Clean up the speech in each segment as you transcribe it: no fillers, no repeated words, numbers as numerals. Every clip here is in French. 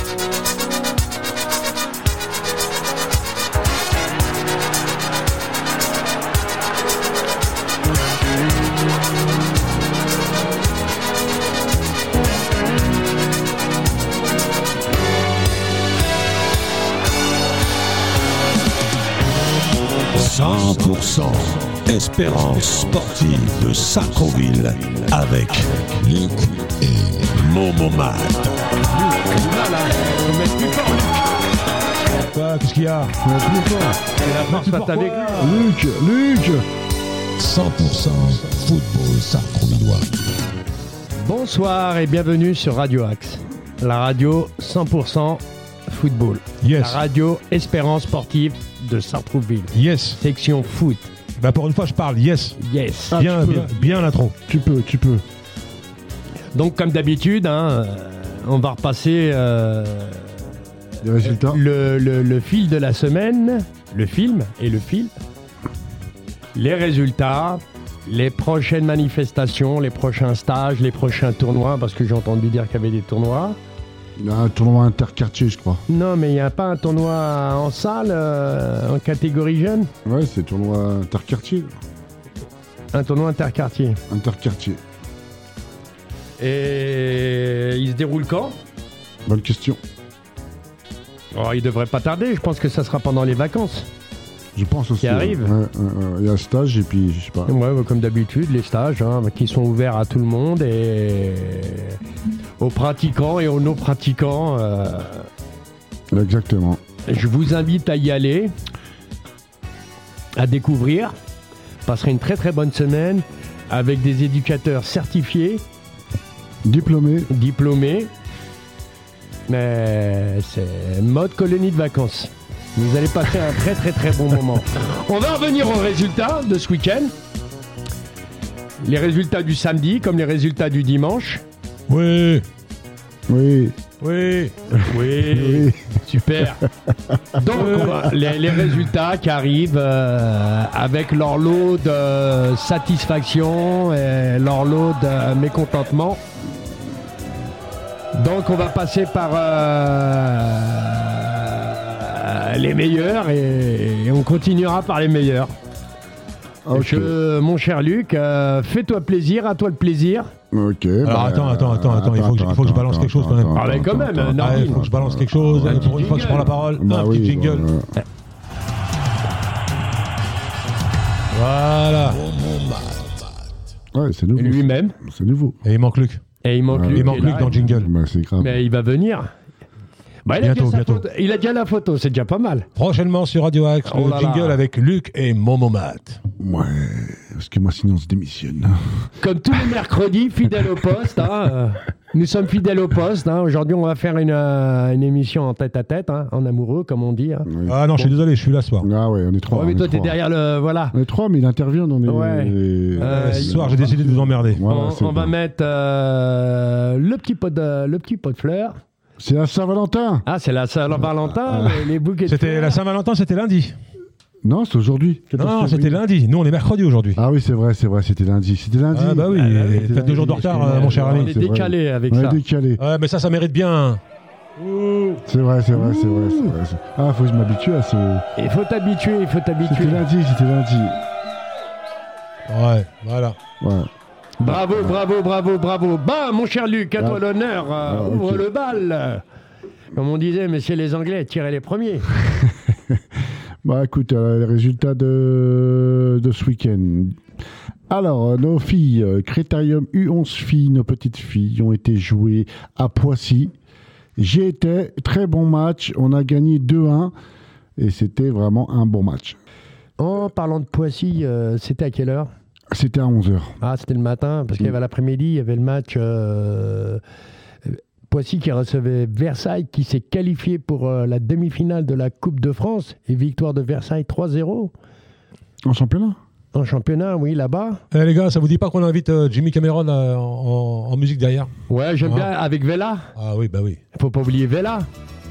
Espérance sportive de Sartrouville avec Luc et Momomad. Qu'est-ce qu'il y a? C'est la force face avec Luc 100% football sartrouvillois. Bonsoir et bienvenue sur Radio Axe, la radio 100% football. Yes. La radio Espérance sportive de Sartrouville. Yes. Section foot. Bah pour une fois je parle, yes. Yes. Bien l'intro. Tu peux. Donc comme d'habitude, on va repasser Les résultats. le fil de la semaine, le film et le fil, les résultats, les prochaines manifestations, les prochains stages, les prochains tournois, parce que j'ai entendu dire qu'il y avait des tournois. Il y a un tournoi interquartier, je crois. Non, mais il n'y a pas un tournoi en salle, en catégorie jeune? Ouais, c'est tournoi interquartier. Un tournoi interquartier. Interquartier. Et il se déroule quand? Bonne question. Oh, il devrait pas tarder, je pense que ça sera pendant les vacances. Je pense aussi. Qui arrive. Ouais. Il y a un stage et puis, je sais pas. Ouais, comme d'habitude, les stages qui sont ouverts à tout le monde et aux pratiquants et aux non-pratiquants. Exactement. Je vous invite à y aller, à découvrir. Passerez une très très bonne semaine avec des éducateurs certifiés, Diplômé. diplômés. Mais c'est mode colonie de vacances. Vous allez passer un très très très bon moment. On va revenir aux résultats de ce week-end. Les résultats du samedi comme les résultats du dimanche. Oui. Oui. Oui. Super. Donc les résultats qui arrivent avec leur lot de satisfaction et leur lot de mécontentement. Donc on va passer par les meilleurs et on continuera par les meilleurs. Ok. Mon cher Luc, fais-toi plaisir, à toi le plaisir. Ok. Alors attends, il faut que je balance quelque chose quand même. Ah mais quand même, Nordine. Il faut que je balance quelque chose. Un petit Pour une fois que je prends la parole, Bah un oui, petit jingle. Voilà. Ouais, c'est nouveau. Lui-même. C'est nouveau. Et il manque Luc. Et il manque Luc. Luc dans le jingle. Bah, c'est grave. Mais il va venir. Bah, Bientôt. Il a déjà la photo, c'est déjà pas mal. Prochainement sur Radio Axe, Oh le là jingle là. avec Luc et Momomad. Ouais. Parce que moi, sinon, on se démissionne. Comme tous les mercredis, fidèles au poste. Nous sommes fidèles au poste. Aujourd'hui, on va faire une émission en tête-à-tête, en amoureux, comme on dit. Ouais. Ah non, je suis désolé, je suis là ce soir. Ah ouais, on est trois. Ouais, mais on est toi, t'es trois. derrière le... Voilà. On est trois, mais il intervient dans les... Ouais. Ce soir, j'ai décidé de vous emmerder. Voilà, c'est on va bon. mettre le petit pot de fleurs. C'est la Saint-Valentin. Ah, c'est la Saint-Valentin, les bouquets de C'était fleurs. la Saint-Valentin, c'était lundi. Non, c'est aujourd'hui. 14 Non, février. c'était lundi. Nous, on est mercredi aujourd'hui. Ah oui, c'est vrai, c'était lundi. C'était lundi. Ah bah oui, c'était t'as 2 jours de lundi. retard, mon cher On ami. est c'est vrai. décalé avec On ça. est décalé. Ouais, mais ça mérite bien. C'est vrai. Ah, faut que je m'habitue à ce... Il faut t'habituer. C'était lundi. Ouais, voilà. Ouais. Bravo. Bah, mon cher Luc, à toi Ah. l'honneur. Ouvre ok. le bal. Comme on disait, messieurs les Anglais, tirez les premiers. Bah écoute, les résultats de ce week-end. Alors, nos filles, Critérium U11 filles, nos petites filles, ont été jouées à Poissy. J'y étais, très bon match. On a gagné 2-1 et c'était vraiment un bon match. En parlant de Poissy, c'était à quelle heure? C'était à 11h. Ah, c'était le matin, parce qu'il y avait l'après-midi, il y avait le match Poissy qui recevait Versailles, qui s'est qualifié pour la demi-finale de la Coupe de France, et victoire de Versailles 3-0. En championnat? En championnat, oui, là-bas. Eh les gars, ça vous dit pas qu'on invite Jimmy Cameron en musique derrière? Ouais, j'aime bien, avec Vela. Ah oui, bah oui. Faut pas oublier Vela.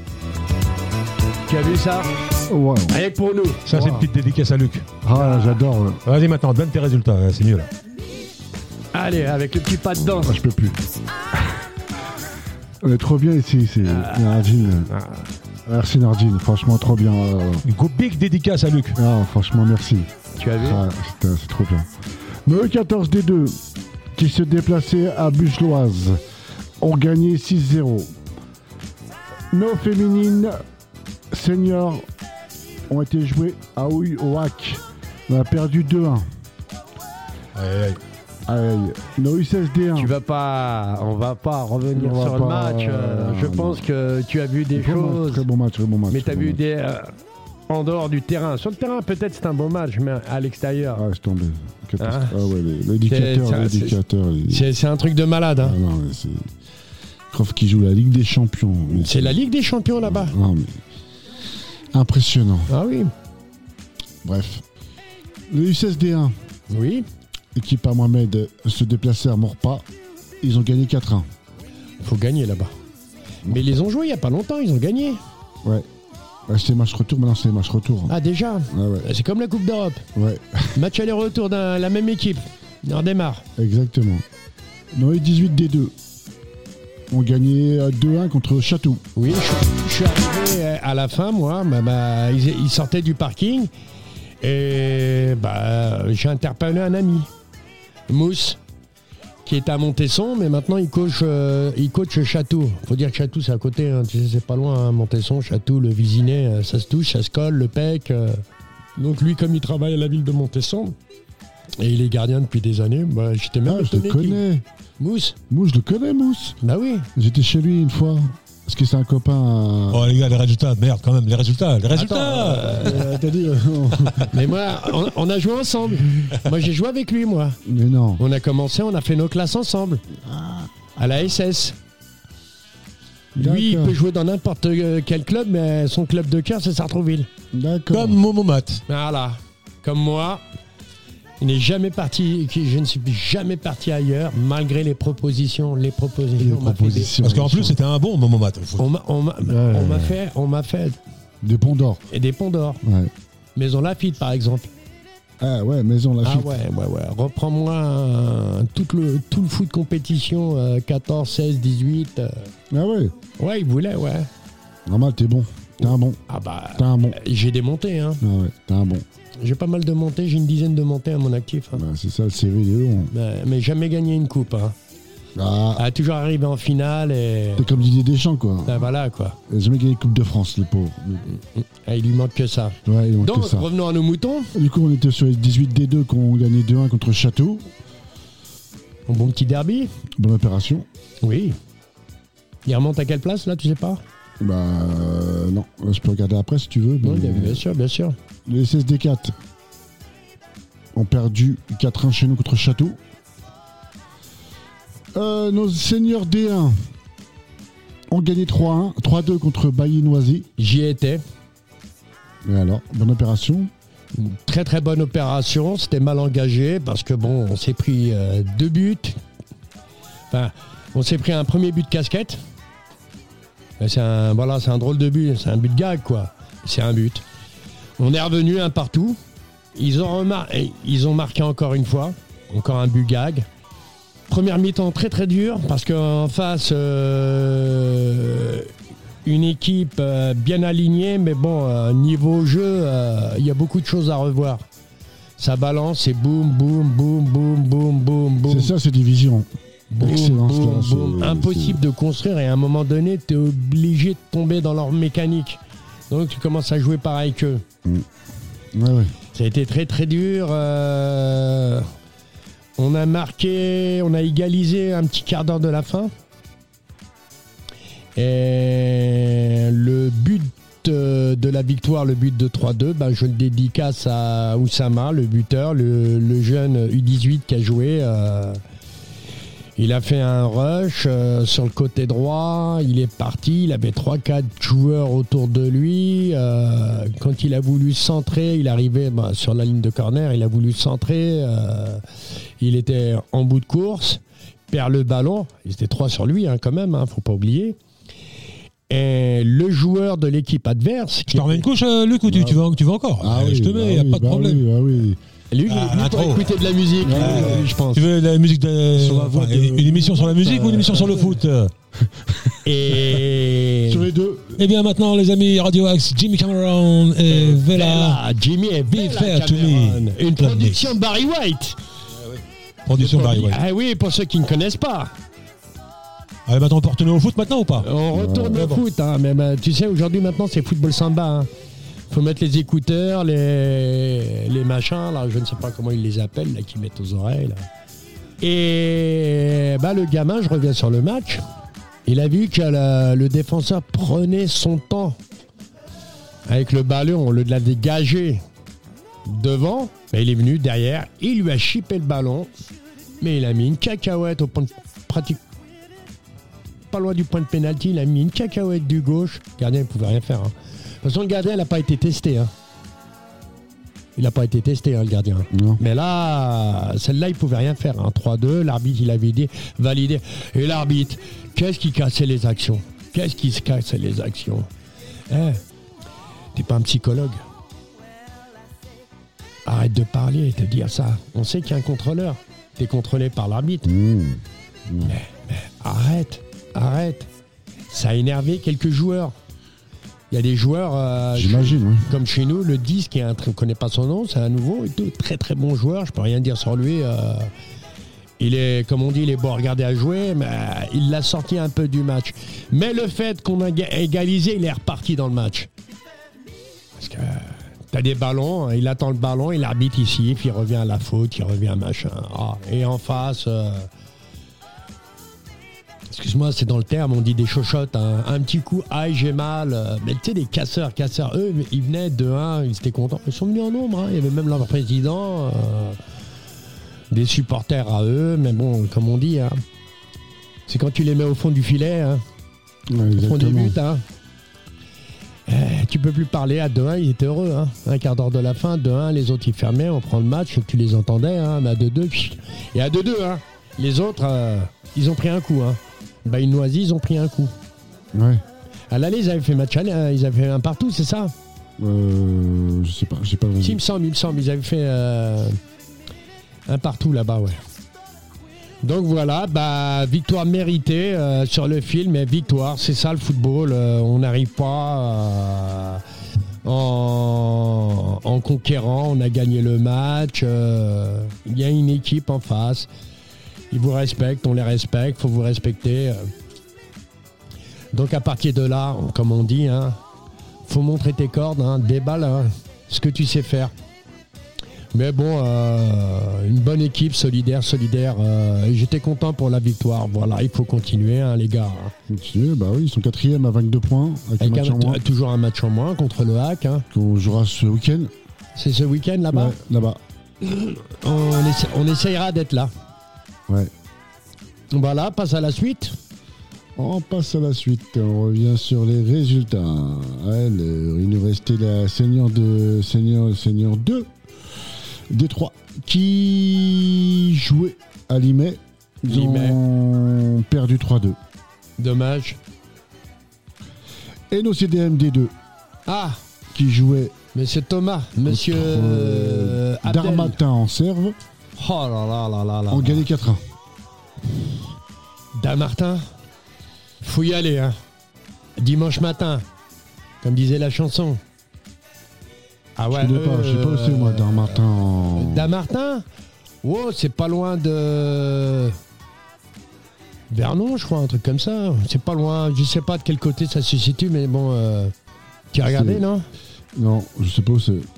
Tu as vu ça? Ouais. Rien que pour nous. Ça, c'est une petite dédicace à Luc. Ah, j'adore. Vas-y maintenant, donne tes résultats, c'est mieux là. Allez, avec le petit pas dedans. Ah, je peux plus. On est trop bien ici, c'est Nardine. Merci Nardine, franchement trop bien. Une big dédicace à Luc. Ah, franchement merci. Tu as vu C'est trop bien. Le 14 D2 qui se déplaçaient à Bugeloise ont gagné 6-0. Nos féminines seniors ont été jouées à Houille au Hack. On a perdu 2-1. Aïe. Nos U16D1. On va pas revenir sur le match. Je pense que tu as vu des choses. Très bon match. Mais tu as vu des. En dehors du terrain. Sur le terrain, peut-être c'est un bon match, mais à l'extérieur. Ah, je tombais. Ah ouais, l'éducateur. C'est un truc de malade. Hein. Ah non, c'est Croft qui joue la Ligue des Champions. C'est la Ligue des Champions là-bas. Non, mais impressionnant. Ah oui. Bref. Le U16D1. Oui. Équipe à Mohamed se déplaçait à Maurepas. Ils ont gagné 4-1. Il faut gagner là-bas. Mais ils les ont joués il n'y a pas longtemps, ils ont gagné. Ouais. C'était match retour, maintenant c'est match retour. Ah déjà ouais. C'est comme la Coupe d'Europe. Ouais. Match aller-retour de la même équipe. On redémarre. Exactement. Dans les 18 D2, on gagnait 2-1 contre Château. Oui, je suis arrivé à la fin, moi. Ils sortaient du parking. Et j'ai interpellé un ami, Mousse, qui est à Montesson, mais maintenant il coach Château. Faut dire que Château c'est à côté, hein. Tu sais, c'est pas loin, hein. Montesson, Château, le Visinet, ça se touche, ça se colle, le PEC. Donc lui, comme il travaille à la ville de Montesson, et il est gardien depuis des années, j'étais même je le connais. Mousse, je le connais, Mousse. Bah oui. J'étais chez lui une fois. Parce que c'est un copain. Oh les gars, les résultats, merde quand même, les résultats. T'as dit. Mais moi, on a joué ensemble. Moi, j'ai joué avec lui, moi. Mais non. On a commencé, on a fait nos classes ensemble. À la SS. Lui, il peut jouer dans n'importe quel club, mais son club de cœur, c'est Sartrouville. D'accord. Comme Momomat. Voilà. Comme moi. Je ne suis jamais parti ailleurs, malgré les propositions. Parce qu'en plus, c'était un bon Momomat. On m'a fait des ponts d'or. Et des ponts d'or. Ouais. Maison Lafitte, par exemple. Ah ouais, Maison Lafitte. Ah ouais. Reprends-moi tout le foot compétition, 14, 16, 18. Ah ouais. Ouais, il voulait, ouais. Normal, t'es bon. T'es un bon. T'es un bon. J'ai des montées, hein. Ah ouais, t'es un bon. J'ai pas mal de montées, j'ai une dizaine de montées à mon actif. Hein. C'est ça le CV, il est long. Mais jamais gagné une coupe. Hein. Toujours arrivé en finale. Et... T'es comme Didier Deschamps, quoi. Voilà, quoi. Il a jamais gagné Coupe de France, le pauvre. Il lui manque que ça. Ouais, il manque Donc, que ça. revenons à nos moutons. Du coup, on était sur les 18 D2 qui ont gagné 2-1 contre Château. Un bon petit derby. Bonne opération. Oui. Il remonte à quelle place, là, tu sais pas? Non. Je peux regarder après, si tu veux. Oui, bien sûr. Les SSD4 ont perdu 4-1 chez nous contre Château. Nos seniors D1 ont gagné 3-1, 3-2 contre Bailly-Noisy. J'y étais. Et alors, bonne opération. Une très très bonne opération. C'était mal engagé parce que on s'est pris 2 buts. Enfin, on s'est pris un premier but de casquette. C'est un drôle de but. C'est un but de gag, quoi. C'est un but. On est revenu un partout. Ils ont marqué encore une fois. Encore un but gag. Première mi-temps très très dur parce qu'en face, une équipe bien alignée, mais niveau jeu, il y a beaucoup de choses à revoir. Ça balance, c'est boum, boum, boum, boum, boum, boum, boum. C'est ça, c'est division. Boum, excellence, boum, là, boum. Impossible de construire et à un moment donné, tu es obligé de tomber dans leur mécanique. Donc tu commences à jouer pareil qu'eux. Ouais. Ça a été très très dur. On a égalisé un petit quart d'heure de la fin. Et le but de la victoire, le but de 3-2, je le dédicace à Oussama, le buteur, le jeune U18 qui a joué. Il a fait un rush sur le côté droit, il est parti, il avait 3-4 joueurs autour de lui. Quand il a voulu centrer, il arrivait sur la ligne de corner, il a voulu centrer, il était en bout de course, perd le ballon, il était 3 sur lui quand même, faut pas oublier. Et le joueur de l'équipe adverse... Je te remets une couche, Luc, ou tu vas encore? Je te mets, il n'y a pas de problème. Lui, pour écouter de la musique, je pense. Tu veux la musique une émission sur la musique ou une émission sur le foot? Et Sur les deux. Eh bien maintenant les amis, Radio Axe, Jimmy Cameron et Vela. Jimmy et Be Vela fair to Cameron. me. Une production Barry White. Production Barry White. Ah oui, pour ceux qui ne connaissent pas. Allez, maintenant on peut retourner au foot maintenant ou pas? On retourne au foot, hein, mais tu sais, aujourd'hui maintenant c'est football samba. Hein. Faut mettre les écouteurs, les machins, là, je ne sais pas comment ils les appellent, là, qui mettent aux oreilles. Là. Et le gamin, je reviens sur le match, il a vu que le défenseur prenait son temps avec le ballon, au lieu de la dégager devant, il est venu derrière, il lui a chippé le ballon, mais il a mis une cacahuète au point de pratique. Pas loin du point de pénalty, il a mis une cacahuète du gauche. Le gardien ne pouvait rien faire. Hein. De toute façon, le gardien n'a pas été testé. Hein. Il n'a pas été testé, hein, le gardien. Non. Mais là, celle-là, il ne pouvait rien faire. Hein. 3-2, l'arbitre, il avait validé. Et l'arbitre, qu'est-ce qui cassait les actions? Qu'est-ce qui se cassait les actions? T'es pas un psychologue. Arrête de parler et de dire ça. On sait qu'il y a un contrôleur. T'es contrôlé par l'arbitre. Mais arrête. Ça a énervé quelques joueurs. Il y a des joueurs, J'imagine, oui. comme chez nous, le 10 qui est on ne connaît pas son nom, c'est un nouveau et tout, très très bon joueur, je peux rien dire sur lui. Il est, comme on dit, il est beau à regarder à jouer, mais il l'a sorti un peu du match. Mais le fait qu'on a égalisé, il est reparti dans le match. Parce que t'as des ballons, il attend le ballon, il arbitre ici, puis il revient à la faute, il revient à machin. Et en face... excuse-moi, c'est dans le terme, on dit des chochottes, hein. Un petit coup, aïe, j'ai mal. Mais tu sais, des casseurs, eux, ils venaient de 1, ils étaient contents. Ils sont venus en nombre, hein. Il y avait même leur président, des supporters à eux, mais bon, comme on dit, hein, c'est quand tu les mets au fond du filet, hein, au fond du but, hein. Tu peux plus parler à 2-1, ils étaient heureux, hein. Un quart d'heure de la fin, 2-1, les autres ils fermaient, on prend le match, tu les entendais, hein, mais à 2-2, et à 2-2, hein, les autres, ils ont pris un coup, hein. Baïnoisie, ils ont pris un coup. Ouais. À l'aller, ils avaient fait match aller, ils avaient fait un partout, c'est ça? Je sais pas, j'ai pas vu. Si, il me semble, ils avaient fait un partout là-bas, ouais. Donc voilà, victoire méritée sur le film, mais victoire, c'est ça le football. On n'arrive pas en conquérant, on a gagné le match. Il y a une équipe en face. Ils vous respectent, on les respecte, faut vous respecter. Donc à partir de là, comme on dit, hein, faut montrer tes cordes, hein, déballe, hein, ce que tu sais faire. Mais bon, une bonne équipe, solidaire. J'étais content pour la victoire. Voilà, il faut continuer, hein, les gars. Continuer, oui, ils sont 4e à 22 points, avec un match en moins. Toujours un match en moins contre le Hack. Hein. Qu'on jouera ce week-end. C'est ce week-end là-bas? Ouais, là-bas. On essayera d'être là. Ouais. Voilà, passe à la suite. On passe à la suite. On revient sur les résultats. Il nous restait la Senior 2 Détroit qui jouait à Limay. Ils ont perdu 3-2. Dommage. Et nos CDM D2 qui jouait Monsieur Thomas, Monsieur Abdel. Darmatin en serve. Oh là là. On gagnait 4-1. Darmatin, faut y aller, hein. Dimanche matin, comme disait la chanson. Ah ouais. Je sais pas où c'est, moi, Darmatin. Darmatin? Oh, c'est pas loin de Vernon, je crois, un truc comme ça. C'est pas loin. Je sais pas de quel côté ça se situe, mais bon. Tu as regardé, non? Non, je sais pas où c'est.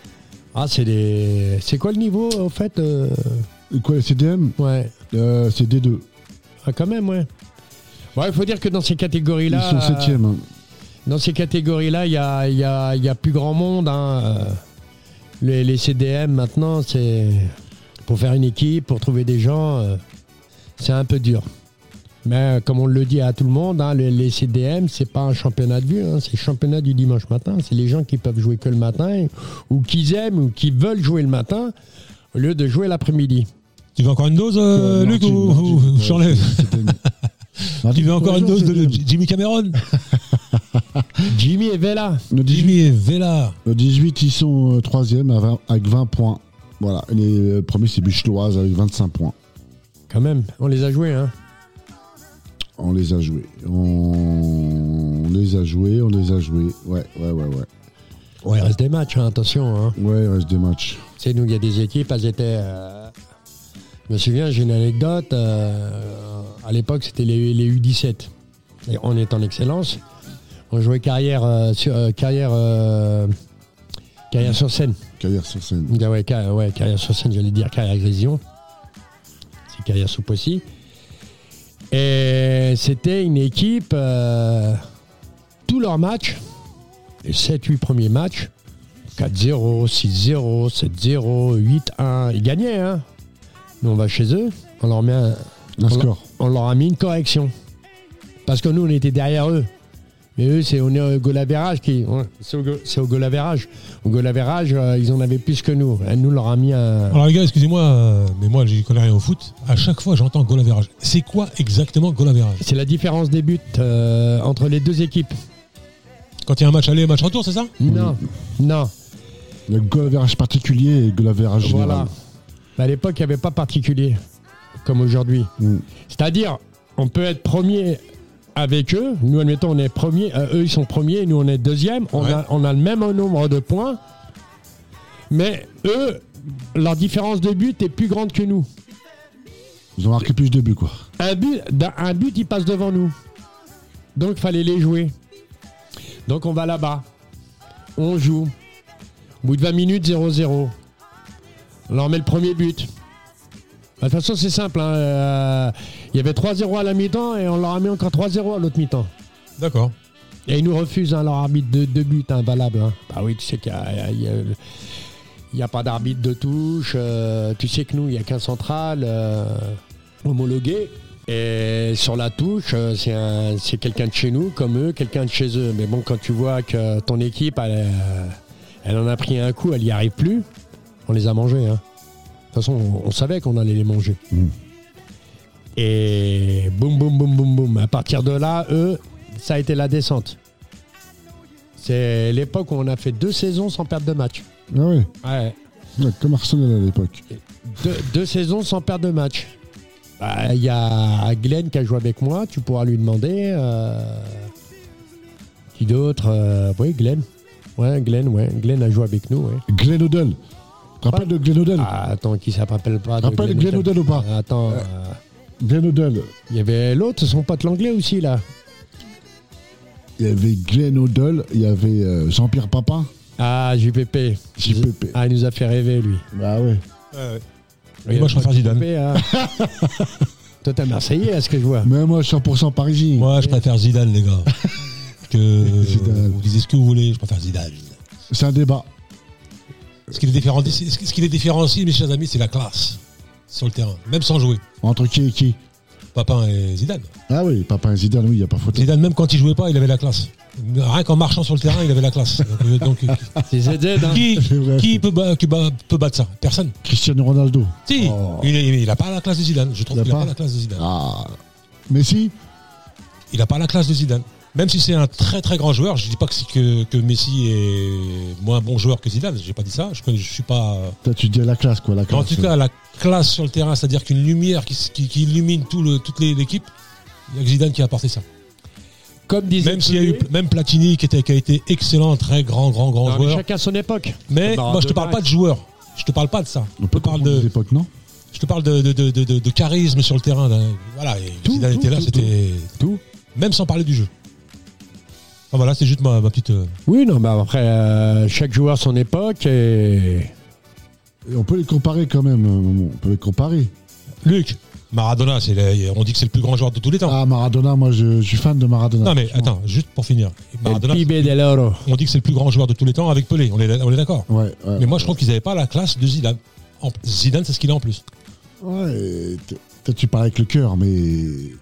C'est quoi le niveau, au fait Quoi, les CDM? Ouais. C'est D2. Ah, quand même, ouais. Ouais, il faut dire que dans ces catégories-là... Ils sont 7e. Hein. Dans ces catégories-là, il y a plus grand monde. Hein. Les CDM, maintenant, c'est... Pour faire une équipe, pour trouver des gens, c'est un peu dur. Mais comme on le dit à tout le monde, hein, les CDM, c'est pas un championnat de vue, hein, c'est le championnat du dimanche matin. C'est les gens qui peuvent jouer que le matin, ou qui aiment, ou qui veulent jouer le matin, au lieu de jouer l'après-midi. Tu veux encore une dose, Luc, ou j'enlève? Tu veux encore une dose de Jimmy Cameron? Jimmy et Vela. Jimmy et Vela. Le 18, ils sont 3e avec 20 points. Voilà. Les premiers, c'est Bucheloise avec 25 points. Quand même, on les a joués, hein. On les a joués. On les a joués. Ouais. Ouais, il reste des matchs, hein, attention. Hein. Ouais, il reste des matchs. C'est nous, il y a des équipes, elles étaient... Je me souviens, j'ai une anecdote. À l'époque, c'était les U17. Et on est en excellence. On jouait carrière sur Seine. Carrière sur scène. Ouais, carrière sur Seine, j'allais dire carrière Grison. C'est carrière sous Poissy. Et c'était une équipe, tous leurs matchs, les 7-8 premiers matchs, 4-0, 6-0, 7-0, 8-1, ils gagnaient. Hein. Nous, on va chez eux, on leur met on leur a mis une correction. Parce que nous, on était derrière eux. Mais eux, on est au goal average. C'est au goal average. Au goal average, ils en avaient plus que nous. Et nous, on leur a mis un... Alors les gars, excusez-moi, mais moi, je connais rien au foot. À chaque fois, j'entends goal average. C'est quoi exactement goal average? C'est la différence des buts entre les deux équipes. Quand il y a un match aller et un match retour, c'est ça? Non. Le goal average particulier et le goal average général. Voilà. À l'époque, il n'y avait pas particulier, comme aujourd'hui. C'est-à-dire, on peut être premier avec eux. Nous, admettons, on est premier. Eux, ils sont premiers. Nous, on est deuxième. On a le même nombre de points. Mais eux, leur différence de but est plus grande que nous. Ils ont marqué plus de buts, quoi. Un but, il passe devant nous. Donc, il fallait les jouer. Donc, on va là-bas. On joue. Au bout de 20 minutes, 0-0. On leur met le premier but. De toute façon, c'est simple. Hein. Il y avait 3-0 à la mi-temps et on leur a mis encore 3-0 à l'autre mi-temps. D'accord. Et ils nous refusent leur arbitre de but invalable. Hein. Bah oui, tu sais qu'il n'y a pas d'arbitre de touche. Tu sais que nous, il n'y a qu'un central homologué. Et sur la touche, c'est quelqu'un de chez nous, comme eux, quelqu'un de chez eux. Mais bon, quand tu vois que ton équipe, elle en a pris un coup, elle n'y arrive plus, on les a mangés. Hein. De toute façon, on savait qu'on allait les manger. Et boum, boum, boum, boum, boum. À partir de là, eux, ça a été la descente. C'est l'époque où on a fait 2 saisons sans perdre de match. Ah oui. Ouais. Comme Arsenal à l'époque. 2 saisons sans perdre de match. Il y a Glenn qui a joué avec moi, tu pourras lui demander. Qui d'autre? Oui, Glenn. Ouais, Glenn a joué avec nous. Ouais. Glenn O'Dell. Tu te rappelles de Glenn O'Dell? Attends, qui ça ne rappelle pas? Tu te rappelles de Glenn O'Dell ou pas? Attends. Glenn O'Dell. Il y avait l'autre, son pote l'anglais aussi, là. Il y avait Glenn O'Dell, il y avait Jean-Pierre Papin. Ah, JPP. Ah, il nous a fait rêver, lui. Bah ouais. Et moi, je préfère Zidane. Hein. Toi, t'es Marseillais, à ce que je vois. Mais moi, je suis 100% parisien. Moi, je préfère Zidane, les gars. Vous disiez ce que vous voulez, je préfère Zidane. C'est un débat. Ce qui les différencie, mes chers amis, c'est la classe sur le terrain, même sans jouer. Entre qui et qui? Papin et Zidane. Ah oui, Papin et Zidane, oui, il n'y a pas photo. Zidane, même quand il jouait pas, il avait la classe. Rien qu'en marchant sur le terrain, il avait la classe. Donc, c'est ZZ, hein. Qui peut battre ça? Personne. Cristiano Ronaldo. Si, il n'a pas la classe de Zidane. Je trouve qu'il n'a pas la classe de Zidane. Ah. Messi? Il n'a pas la classe de Zidane. Même si c'est un très très grand joueur, je ne dis pas que Messi est moins bon joueur que Zidane. J'ai pas dit ça. Je suis pas. Toi, tu dis la classe, quoi. La classe, en tout cas, la classe sur le terrain, c'est-à-dire qu'une lumière qui illumine toute l'équipe, il y a que Zidane qui a apporté ça. Comme disait même s'il y a eu même Platini qui a été excellent, très grand joueur. Chacun son époque. Mais moi, je te parle pas de joueur. Je te parle pas de ça. On peut parler de l'époque, non? Je te parle de charisme sur le terrain. Voilà. Zidane était là, c'était tout. Même sans parler du jeu. Ah, voilà, c'est juste ma petite. Oui, non, mais après, chaque joueur son époque et on peut les comparer quand même. On peut les comparer. Luc, Maradona, on dit que c'est le plus grand joueur de tous les temps. Ah, Maradona, moi je suis fan de Maradona. Non, mais attends, juste pour finir. Maradona, on dit que c'est le plus grand joueur de tous les temps avec Pelé, on est d'accord. Ouais, mais moi je trouve qu'ils n'avaient pas la classe de Zidane. Zidane, c'est ce qu'il a en plus. Ouais, peut-être tu parles avec le cœur, mais.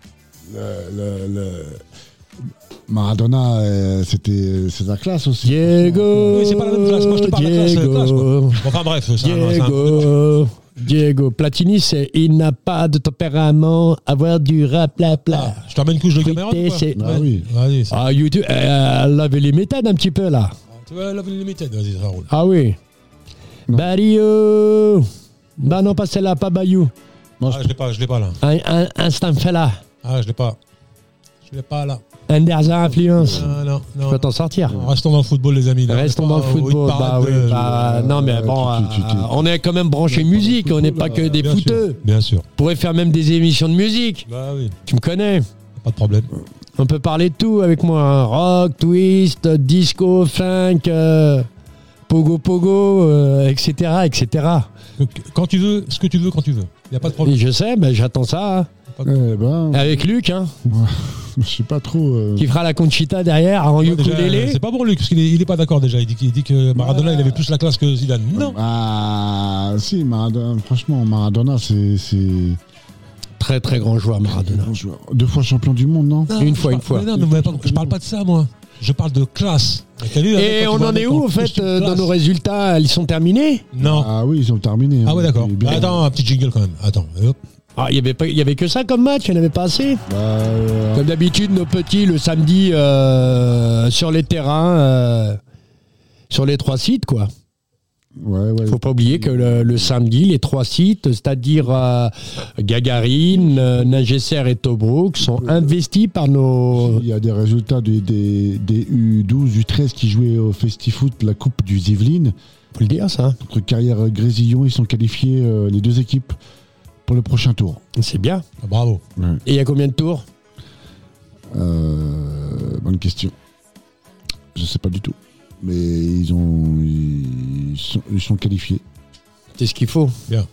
Maradona, c'est la classe aussi. Diego. Oui, c'est pas la même classe. Moi, je te parle de la classe. Quoi. Enfin bref, Diego. Platini, il n'a pas de tempérament, avoir du raplapla. Je te remets une couche de caméra. Ah oui. Vas-y, YouTube, elle avait les méthodes un petit peu là. Tu vois, elle avait les méthodes. Vas-y, ça roule. Ah oui. Non. Barrio. Bah non, pas celle-là, pas Bayou. Je l'ai pas là. Un Stamfella. Je l'ai pas. Je vais pas là. Andersa influence. Non. Tu vas t'en sortir. Restons dans le football, les amis. Là. Restons dans le football. Non, mais bon, on est quand même branché musique. On n'est pas que des Bien footeux. sûr, bien sûr. On pourrait faire même des émissions de musique. Bah oui, Tu me connais. pas de problème. On peut parler de tout avec moi. Hein. Rock, twist, disco, funk, pogo, etc. Donc, quand tu veux, ce que tu veux, quand tu veux. Il n'y a pas de Et problème. je sais, j'attends ça. Hein. Avec Luc, hein, je sais pas trop. qui fera la Conchita derrière en Déjà, ukulélé. c'est pas bon, Luc, parce qu'il est pas d'accord déjà. Il dit que Maradona, il avait plus la classe que Zidane. Non. Ah, si, Maradona, franchement, Maradona, c'est. Très très grand joueur, Maradona. 2 fois champion du monde, non? Une fois. Non, mais je parle pas de ça, moi. Je parle de classe. Et on en est où, au fait, dans nos résultats? Ils sont terminés? Non. Ah oui, ils ont terminé. Ah ouais, d'accord. Attends, un petit jingle quand même. Attends. Hop. Ah, il y avait que ça comme match, il n'y en avait pas assez. Comme d'habitude, nos petits, le samedi, sur les terrains, sur les 3 sites, quoi. Ouais. Faut pas oublier que le samedi, les 3 sites, c'est-à-dire Gagarine, Ningesser et Tobruk, sont investis par nos... Il y a des résultats des U12, U13 qui jouaient au Festifoot, la Coupe du Yvelines. Faut le dire, ça. Contre Carrière Grésillon, ils sont qualifiés, les 2 équipes, pour le prochain tour. C'est bien. Ah, bravo. Ouais. Et il y a combien de tours? Bonne question. Je sais pas du tout. Mais ils sont qualifiés. C'est ce qu'il faut. Bien.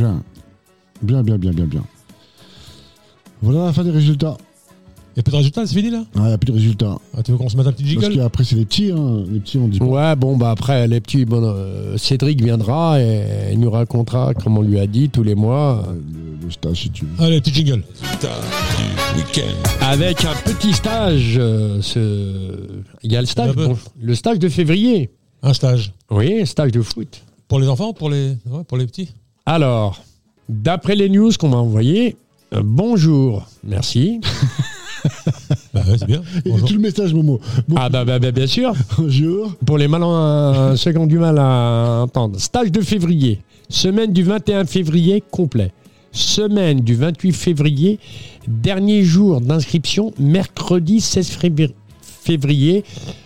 Voilà la fin des résultats. Il n'y a plus de résultats, c'est fini là? Il n'y a plus de résultats. Ah, tu veux qu'on se mette un petit Parce jingle? qu'après, c'est les petits. Hein. Les petits, on dit pas. Ouais, bon, après, les petits, Cédric viendra et il nous racontera, comme on lui a dit, tous les mois. Le stage, si tu veux. Allez, petit jingle. Résultat du week-end. Avec un petit stage. Il y a le stage, le stage de février. Un stage. Oui, stage de foot. Pour les enfants, pour les petits? Alors, d'après les news qu'on m'a envoyées, bonjour, merci. Bah ouais, c'est bien. Et Bonjour. tout le message, Momo. Bon, Ah bah, bien sûr. bonjour. Pour les malins, ceux qui ont du mal à entendre. Stage de février. Semaine du 21 février complet. Semaine du 28 février. Dernier jour d'inscription, mercredi 16 février.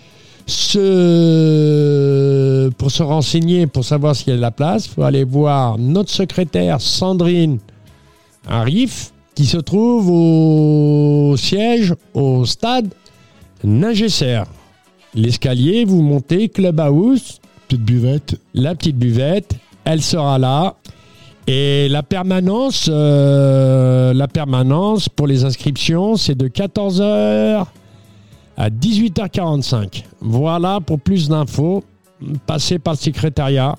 Pour se renseigner, pour savoir s'il y a de la place, il faut aller voir notre secrétaire Sandrine Arif, qui se trouve au siège, au stade Ningesser. L'escalier, vous montez, Clubhouse, Petite buvette. la petite buvette, elle sera là. Et la permanence pour les inscriptions, c'est de 14h à 18h45. Voilà, pour plus d'infos, passez par le secrétariat.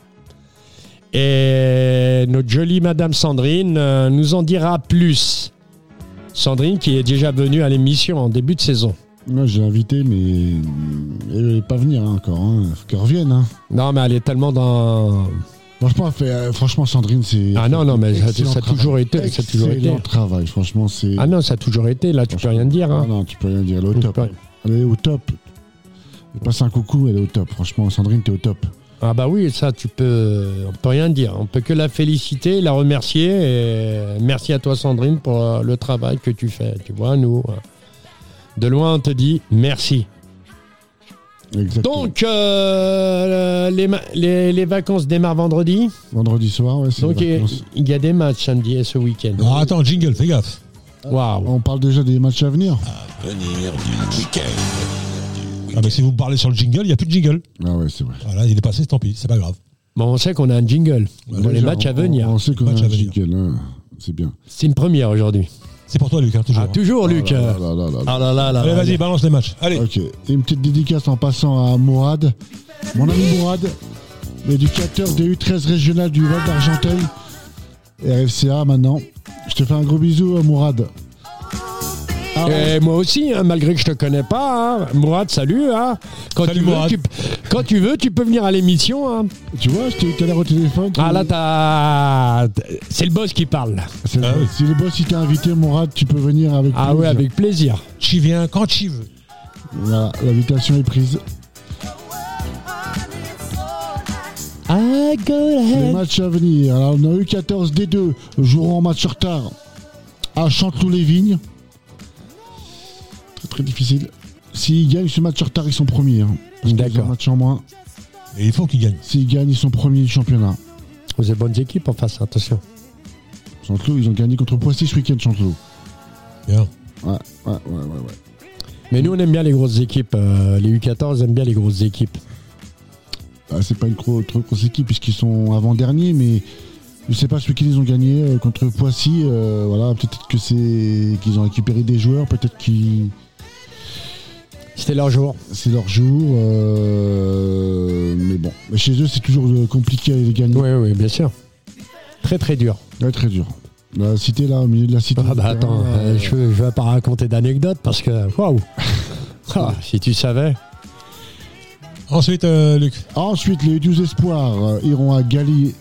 Et notre jolie Madame Sandrine nous en dira plus. Sandrine qui est déjà venue à l'émission en début de saison. Moi, j'ai invité, mais elle n'est pas venir encore. Hein. Faut qu'elle revienne. Hein. Non, mais elle est tellement dans... Franchement, Sandrine, c'est... Ah non, mais ça a excellent toujours été. travail. Ça a toujours été. Excellent travail, franchement, c'est... Ah non, ça a toujours été. Là, tu peux rien dire. Hein. Ah non, tu peux rien dire, elle est au Tu top. peux rien. Elle est au top. Elle passe un coucou, elle est au top. Franchement, Sandrine, t'es au top. Ah bah oui, ça, on peut rien dire. On peut que la féliciter, la remercier. Et merci à toi, Sandrine, pour le travail que tu fais. Tu vois, nous, de loin, on te dit merci. Exactement. Donc, les vacances démarrent vendredi. Vendredi soir, ouais, c'est Donc, les vacances. il y a des matchs samedi et ce week-end. Ah, attends, jingle, fais gaffe. Waouh. On parle déjà des matchs à venir. Venir du week-end. Ah, mais si vous parlez sur le jingle, il n'y a plus de jingle. Ah ouais, c'est vrai. Voilà, il est passé, tant pis, c'est pas grave. Bon, on sait qu'on a un jingle pour les Déjà, matchs à venir. On sait qu'on a Match un à venir. jingle, hein. C'est bien. C'est une première aujourd'hui. C'est pour toi, Luc, hein, toujours. Ah, toujours, Luc. Ah là là là là. Ah là là là. Allez, là. vas-y, balance les matchs. Allez. Ok. Et une petite dédicace en passant à Mourad. Mon ami Mourad, l'éducateur des U13 régionales du Val d'Argenteuil. RFCA maintenant. Je te fais un gros bisou, Mourad. Ah, Et moi aussi, hein, malgré que je te connais pas, hein. Mourad, salut. Hein. Salut, Mourad. Quand tu veux, tu peux venir à l'émission. Hein. tu vois, je t'ai eu tout à l'heure au téléphone. Ah là, c'est le boss qui parle. là. C'est Ah le oui. boss. Si le boss il t'a invité, Mourad, tu peux venir avec Ah ouais, plaisir. avec plaisir. Tu viens quand tu veux. Voilà, l'invitation est prise. I go Les ahead. matchs à venir. Alors, on a eu 14 D2 joueront en match sur retard à Chanteloup-les-Vignes. très difficile. S'ils gagnent ce match en retard, ils sont premiers. Hein, parce qu'ils ont D'accord. un match en moins. Et il faut qu'ils gagnent. S'ils gagnent, ils sont premiers du championnat. Vous avez bonnes équipes en face, attention. Chanteloup, ils ont gagné contre Poissy ce week-end, Chanteloup. Bien. Ouais. Mais nous, on aime bien les grosses équipes. Les U14 aiment bien les grosses équipes. C'est pas une trop grosse équipe puisqu'ils sont avant-derniers, mais je sais pas, ce week-end ils ont gagné contre Poissy. Voilà, peut-être que c'est qu'ils ont récupéré des joueurs, peut-être qu'ils C'était leur jour. c'est leur jour. Mais bon, mais chez eux c'est toujours compliqué à les gagner. Oui, bien sûr. Très, très dur. Ouais, très dur. La cité là, au milieu de la cité. Ah bah attends, je vais pas raconter d'anecdotes parce que waouh. Ah, si tu savais. Ensuite, Luc. Ensuite, les 12 espoirs iront à Gali.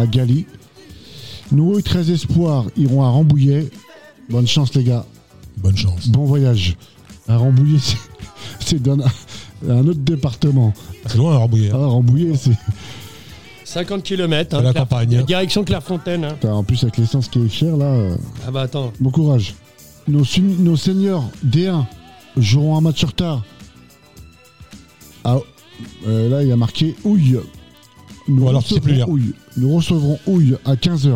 Nos 13 espoirs iront à Rambouillet. Bonne chance les gars. Bonne chance. Bon voyage. À Rambouillet, c'est dans un autre département. C'est loin à Rambouillet. Ah, Rambouillet, c'est. 50 km. C'est la campagne. Direction Clairefontaine. Hein. En plus, avec l'essence qui est chère, là. Ah bah attends. Bon courage. Nos seniors D1 joueront un match en retard. Ah, là, il y a marqué Houille. Ou alors, tu sais plus lire. Nous recevrons Houille à 15h.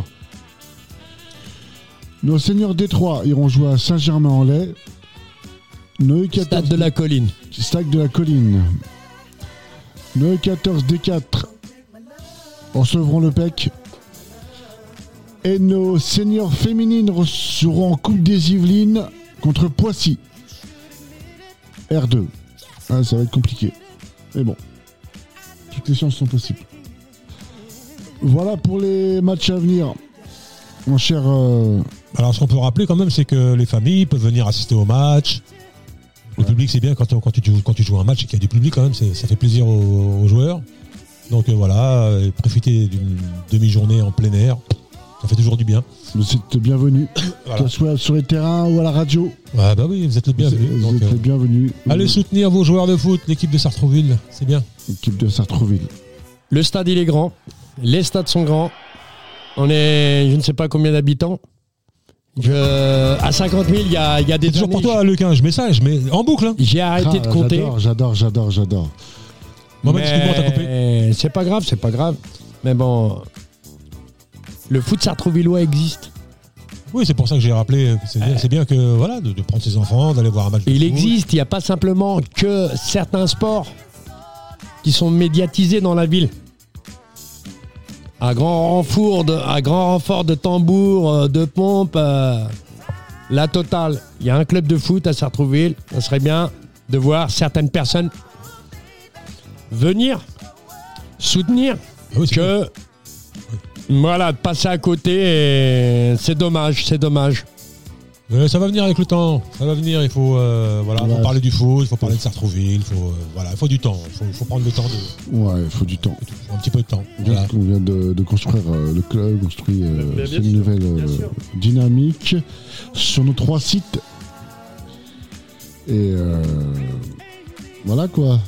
Nos seniors D3 iront jouer à Saint-Germain-en-Laye. Nos U14 Stade de la Colline. Stade de la Colline. Nos U14 D4 recevront le PEC. Et nos seniors féminines seront en Coupe des Yvelines contre Poissy. R2. Ah, ça va être compliqué. Mais bon. Toutes les chances sont possibles. Voilà pour les matchs à venir. Mon cher... Alors, ce qu'on peut rappeler quand même, c'est que les familles peuvent venir assister au match. Le public, c'est bien quand tu joues un match et qu'il y a du public quand même, ça fait plaisir aux joueurs. Donc voilà, profiter d'une demi-journée en plein air, ça fait toujours du bien. Vous êtes bienvenus, Voilà. que ce soit sur les terrains ou à la radio. Ah bah oui, vous êtes le bienvenu. Vous Donc, êtes les bienvenus. allez soutenir vos joueurs de foot, l'équipe de Sartrouville, c'est bien. L'équipe de Sartrouville. Le stade, il est grand. Les stades sont grands. On est, je ne sais pas combien d'habitants. À 50 000, il y a des C'est toujours pour années, toi, Luc, je mets en boucle. Hein. J'ai arrêté de compter. J'adore. Moi-même, excuse-moi, t'as coupé. Mais c'est pas grave. Mais bon, le foot sartrouvillois existe. Oui, c'est pour ça que j'ai rappelé. C'est bien que voilà, de prendre ses enfants, d'aller voir un match de Il foot. existe, il n'y a pas simplement que certains sports qui sont médiatisés dans la ville. À grand renfort de tambour, de pompe, la totale. Il y a un club de foot à Sartrouville. Ça serait bien de voir certaines personnes venir soutenir Ah oui, c'est que voilà, de passer à côté, et c'est dommage. Ça va venir avec le temps. Ça va venir. Il faut, faut parler du foot, il faut parler de Sartrouville. Il faut du temps. Il faut prendre le temps Ouais, il faut du temps. un petit peu de temps. Bien Voilà. qu'on vient de construire le club, construit bien cette sûr, nouvelle bien sûr. dynamique sur nos 3 sites. Et voilà quoi.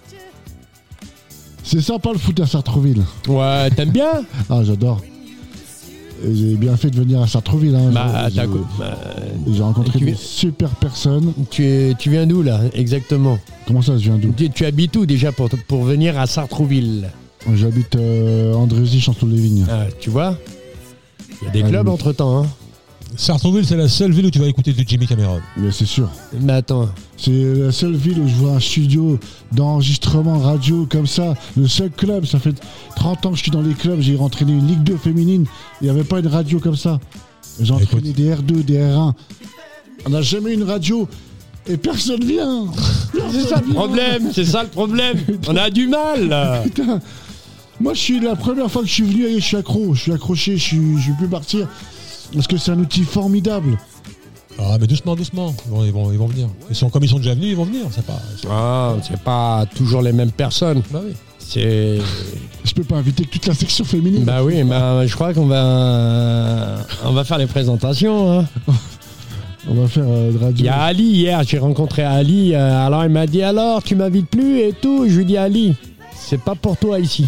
C'est sympa le foot à Sartrouville. Ouais, t'aimes bien? Ah, j'adore. Et j'ai bien fait de venir à Sartrouville. Hein. J'ai rencontré tu des viens- super personnes. Tu viens d'où là, exactement? Comment ça, je viens d'où? Tu habites où déjà pour venir à Sartrouville? J'habite Andrézy, Chanteloup-les-Vignes. Ah, tu vois? Il y a des Ah, clubs oui. entre-temps, hein? Sartrouville, c'est la seule ville où tu vas écouter du Jimmy Cameron. Mais c'est sûr. Mais attends, C'est la seule ville où je vois un studio d'enregistrement radio comme ça. Le seul club, ça fait 30 ans que je suis dans les clubs. J'ai entraîné une Ligue 2 féminine. Il n'y avait pas une radio comme ça. J'ai entraîné Écoute. des R2, des R1. On n'a jamais eu une radio et personne vient. c'est ça le problème. On a du mal, là. Putain. Moi, je suis la première fois que je suis venu, je suis accro. Je suis accroché, je ne vais plus partir. Parce que c'est un outil formidable. Ah, mais doucement. Ils vont venir. Comme ils sont déjà venus, ils vont venir. C'est pas toujours les mêmes personnes. Bah oui. C'est... Je peux pas inviter toute la section féminine. Bah oui, je crois qu'on va faire les présentations, hein. On va faire de radio. Il y a Ali hier, j'ai rencontré Ali. Alors il m'a dit alors tu m'invites plus et tout. Je lui dis Ali, c'est pas pour toi ici.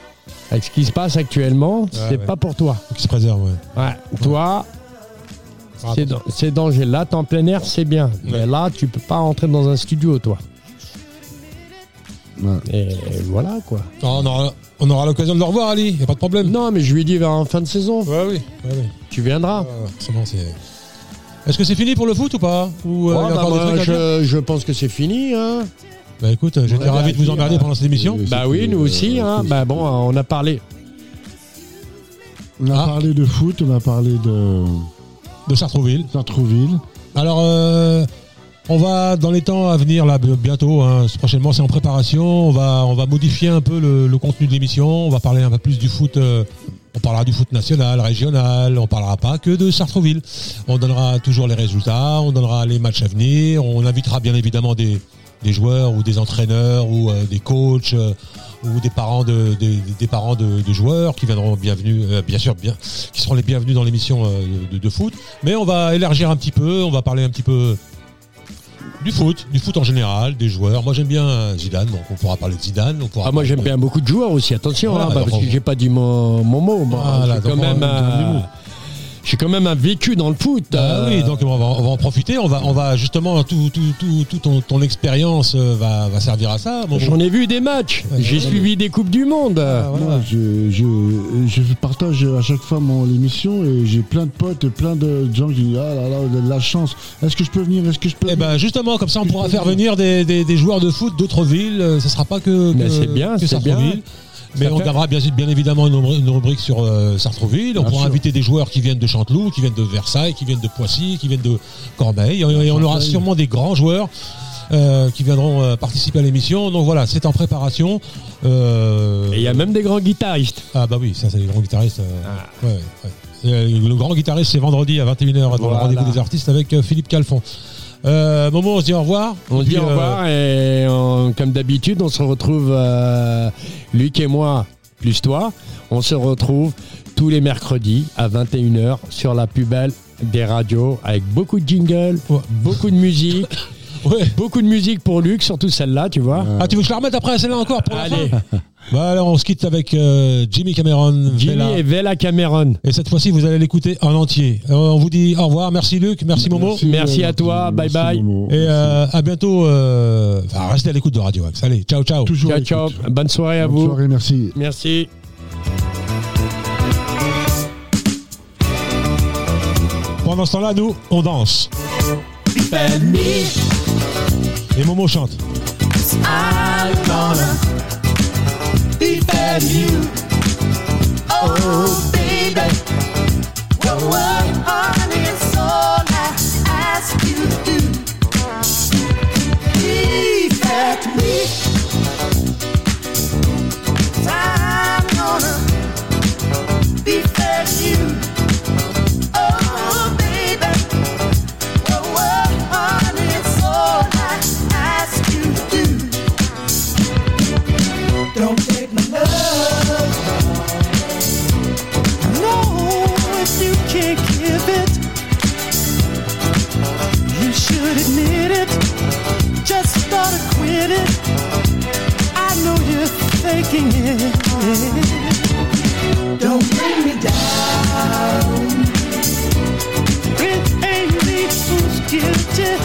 Avec ce qui se passe actuellement, c'est ouais. pas pour toi. Faut qu'ils se préservent, ouais. Ouais. Toi, C'est danger. Là, t'es en plein air, c'est bien. Mais là, tu peux pas rentrer dans un studio, toi. Ouais. Et voilà, quoi. On aura l'occasion de le revoir, Ali. Y a pas de problème. Non, mais je lui ai dit vers en fin de saison. Ouais, oui. Tu viendras. Est-ce que c'est fini pour le foot ou pas? Ou il y a encore des trucs à dire je pense que c'est fini. Hein. Bah écoute, j'étais ravi de vous emmerder pendant cette émission. Bah oui, nous aussi. Hein. Bah bon, on a parlé. On a parlé de foot, on a parlé de Sartrouville. Alors, on va, dans les temps à venir, là, bientôt, hein, prochainement, c'est en préparation. On va modifier un peu le contenu de l'émission. On va parler un peu plus du foot. On parlera du foot national, régional. On parlera pas que de Sartrouville. On donnera toujours les résultats. On donnera les matchs à venir. On invitera bien évidemment des joueurs ou des entraîneurs ou des coachs ou des parents de joueurs qui viendront qui seront les bienvenus dans l'émission de foot. Mais on va élargir un petit peu. On va parler un petit peu du foot en général, des joueurs. Moi j'aime bien Zidane, donc on pourra parler de Zidane. Moi j'aime bien beaucoup de joueurs aussi, attention, voilà, parce que j'ai pas dit mon mot. Voilà, j'ai quand même un vécu dans le foot. Oui, donc on va en profiter. On va justement tout ton expérience va servir à ça. J'en ai vu des matchs. J'ai suivi des coupes du monde. Moi, je partage à chaque fois l'émission et j'ai plein de potes et plein de gens qui disent la chance. Est-ce que je peux venir? Eh ben justement, comme ça on pourra faire venir des joueurs de foot d'autres villes. Ça sera pas que c'est bien, Sartrouville. Mais on gardera bien évidemment une rubrique sur Sartrouville. On pourra inviter des joueurs qui viennent de Chanteloup, qui viennent de Versailles, qui viennent de Poissy, qui viennent de Corbeil. Et on aura sûrement des grands joueurs qui viendront participer à l'émission. Donc voilà, c'est en préparation. Et il y a même des grands guitaristes. Ah bah oui, ça c'est les grands guitaristes. Le grand guitariste, c'est vendredi à 21h dans le rendez-vous des artistes avec Philippe Calfon. Momo, on se dit au revoir. On se dit au revoir et comme d'habitude, on se retrouve, Luc et moi, plus toi, on se retrouve tous les mercredis à 21h sur la plus belle des radios avec beaucoup de jingles, beaucoup de musique. Ouais. Beaucoup de musique pour Luc, surtout celle-là, tu vois. Ah, tu veux que je la remette après celle-là encore pour Allez. la fin? Bah alors on se quitte avec Jimmy Cameron. Et Vela Cameron. Et cette fois-ci, vous allez l'écouter en entier. On vous dit au revoir. Merci Luc, merci Momo. Merci à toi, bye bye. Momo. Et à bientôt. Restez à l'écoute de Radio Axe. Allez, ciao, ciao. Toujours Ciao. Bonne soirée à vous. Bonne soirée, merci. Merci. Pendant ce temps-là, nous, on danse. Et Momo chante. I'm gonna defend you. Oh, baby. What honey and soul I ask you to do. Defend me. I'm gonna defend you. Oh, baby. What honey and soul I ask you to do. Don't take my love. No, if you can't give it, you should admit it. Just start to quit it. I know you're faking it. Don't bring me down. It ain't me who's guilty.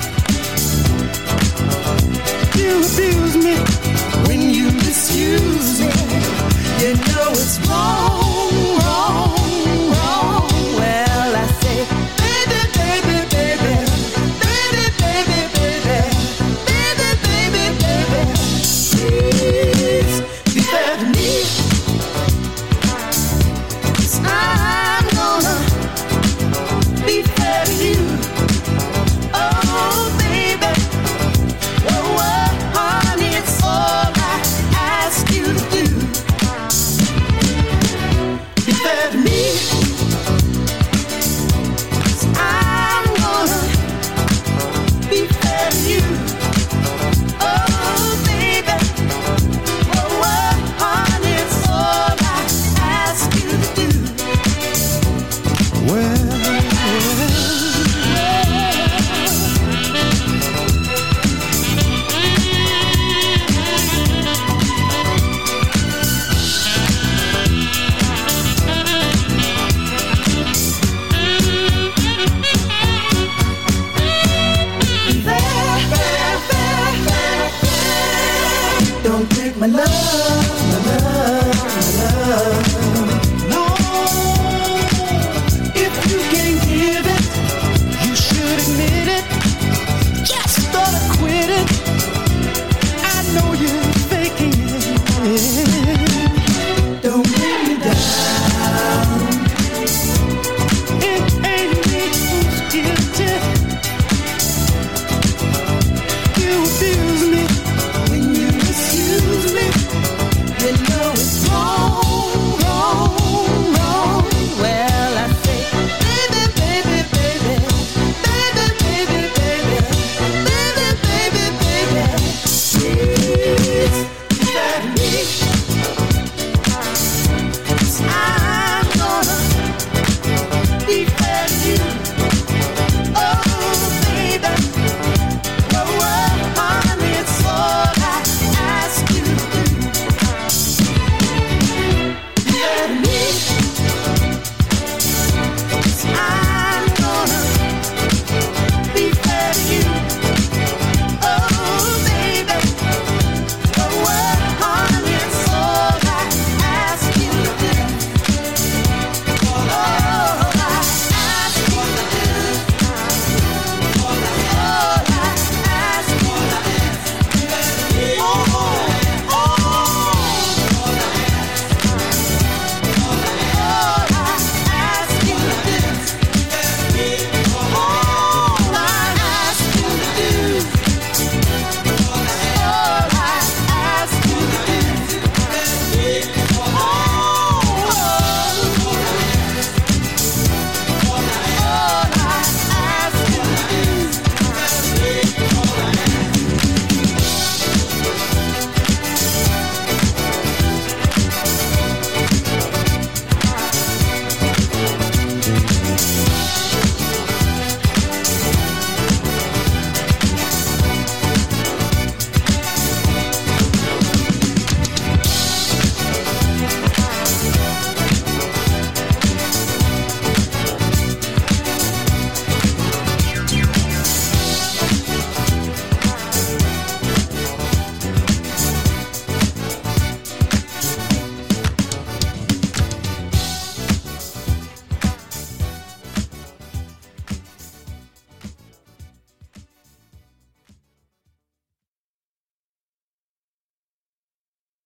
You abuse me when you misuse me. You know it's wrong, wrong, wrong. Well, I say, baby, baby, baby, baby, baby, baby, baby, baby, baby, please be fair to me. Don't take my love, my love, my love.